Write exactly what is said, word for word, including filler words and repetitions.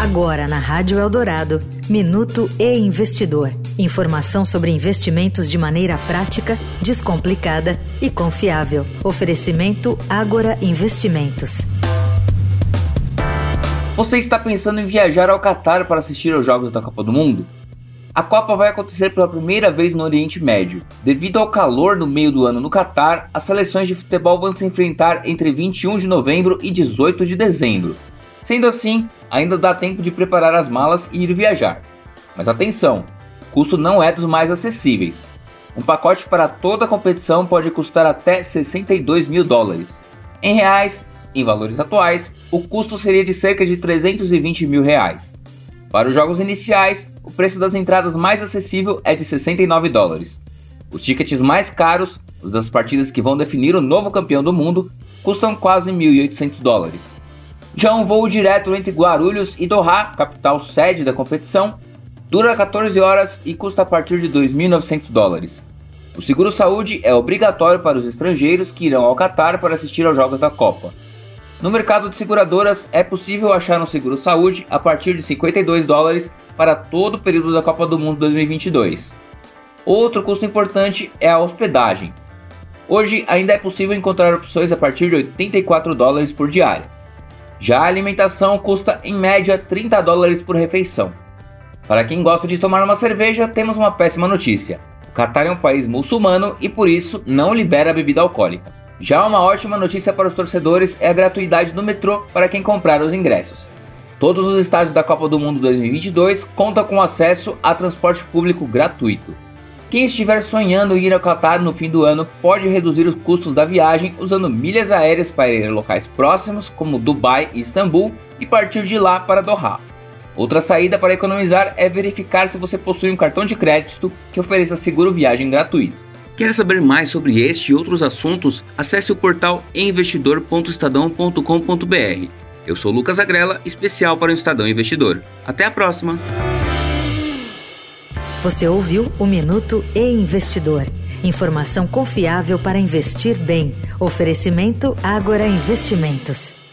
Agora na Rádio Eldorado, Minuto e Investidor. Informação sobre investimentos de maneira prática, descomplicada e confiável. Oferecimento Ágora Investimentos. Você está pensando em viajar ao Catar para assistir aos Jogos da Copa do Mundo? A Copa vai acontecer pela primeira vez no Oriente Médio. Devido ao calor no meio do ano no Catar, as seleções de futebol vão se enfrentar entre vinte e um de novembro e dezoito de dezembro. Sendo assim, ainda dá tempo de preparar as malas e ir viajar. Mas atenção, o custo não é dos mais acessíveis. Um pacote para toda a competição pode custar até sessenta e dois mil dólares. Em reais, em valores atuais, o custo seria de cerca de trezentos e vinte mil reais. Para os jogos iniciais, o preço das entradas mais acessível é de sessenta e nove dólares. Os tickets mais caros, os das partidas que vão definir o novo campeão do mundo, custam quase mil e oitocentos dólares. Já um voo direto entre Guarulhos e Doha, capital sede da competição, dura catorze horas e custa a partir de dois mil e novecentos dólares. O seguro-saúde é obrigatório para os estrangeiros que irão ao Catar para assistir aos Jogos da Copa. No mercado de seguradoras, é possível achar um seguro-saúde a partir de cinquenta e dois dólares para todo o período da Copa do Mundo dois mil e vinte e dois. Outro custo importante é a hospedagem. Hoje ainda é possível encontrar opções a partir de oitenta e quatro dólares por diária. Já a alimentação custa em média trinta dólares por refeição. Para quem gosta de tomar uma cerveja, temos uma péssima notícia. O Catar é um país muçulmano e por isso não libera bebida alcoólica. Já uma ótima notícia para os torcedores é a gratuidade do metrô para quem comprar os ingressos. Todos os estádios da Copa do Mundo dois mil e vinte e dois contam com acesso a transporte público gratuito. Quem estiver sonhando em ir ao Catar no fim do ano pode reduzir os custos da viagem usando milhas aéreas para ir a locais próximos como Dubai e Istambul e partir de lá para Doha. Outra saída para economizar é verificar se você possui um cartão de crédito que ofereça seguro viagem gratuito. Quer saber mais sobre este e outros assuntos? Acesse o portal investidor ponto estadão ponto com ponto b r. Eu sou Lucas Agrela, especial para o Estadão Investidor. Até a próxima! Você ouviu o Minuto e Investidor. Informação confiável para investir bem. Oferecimento Ágora Investimentos.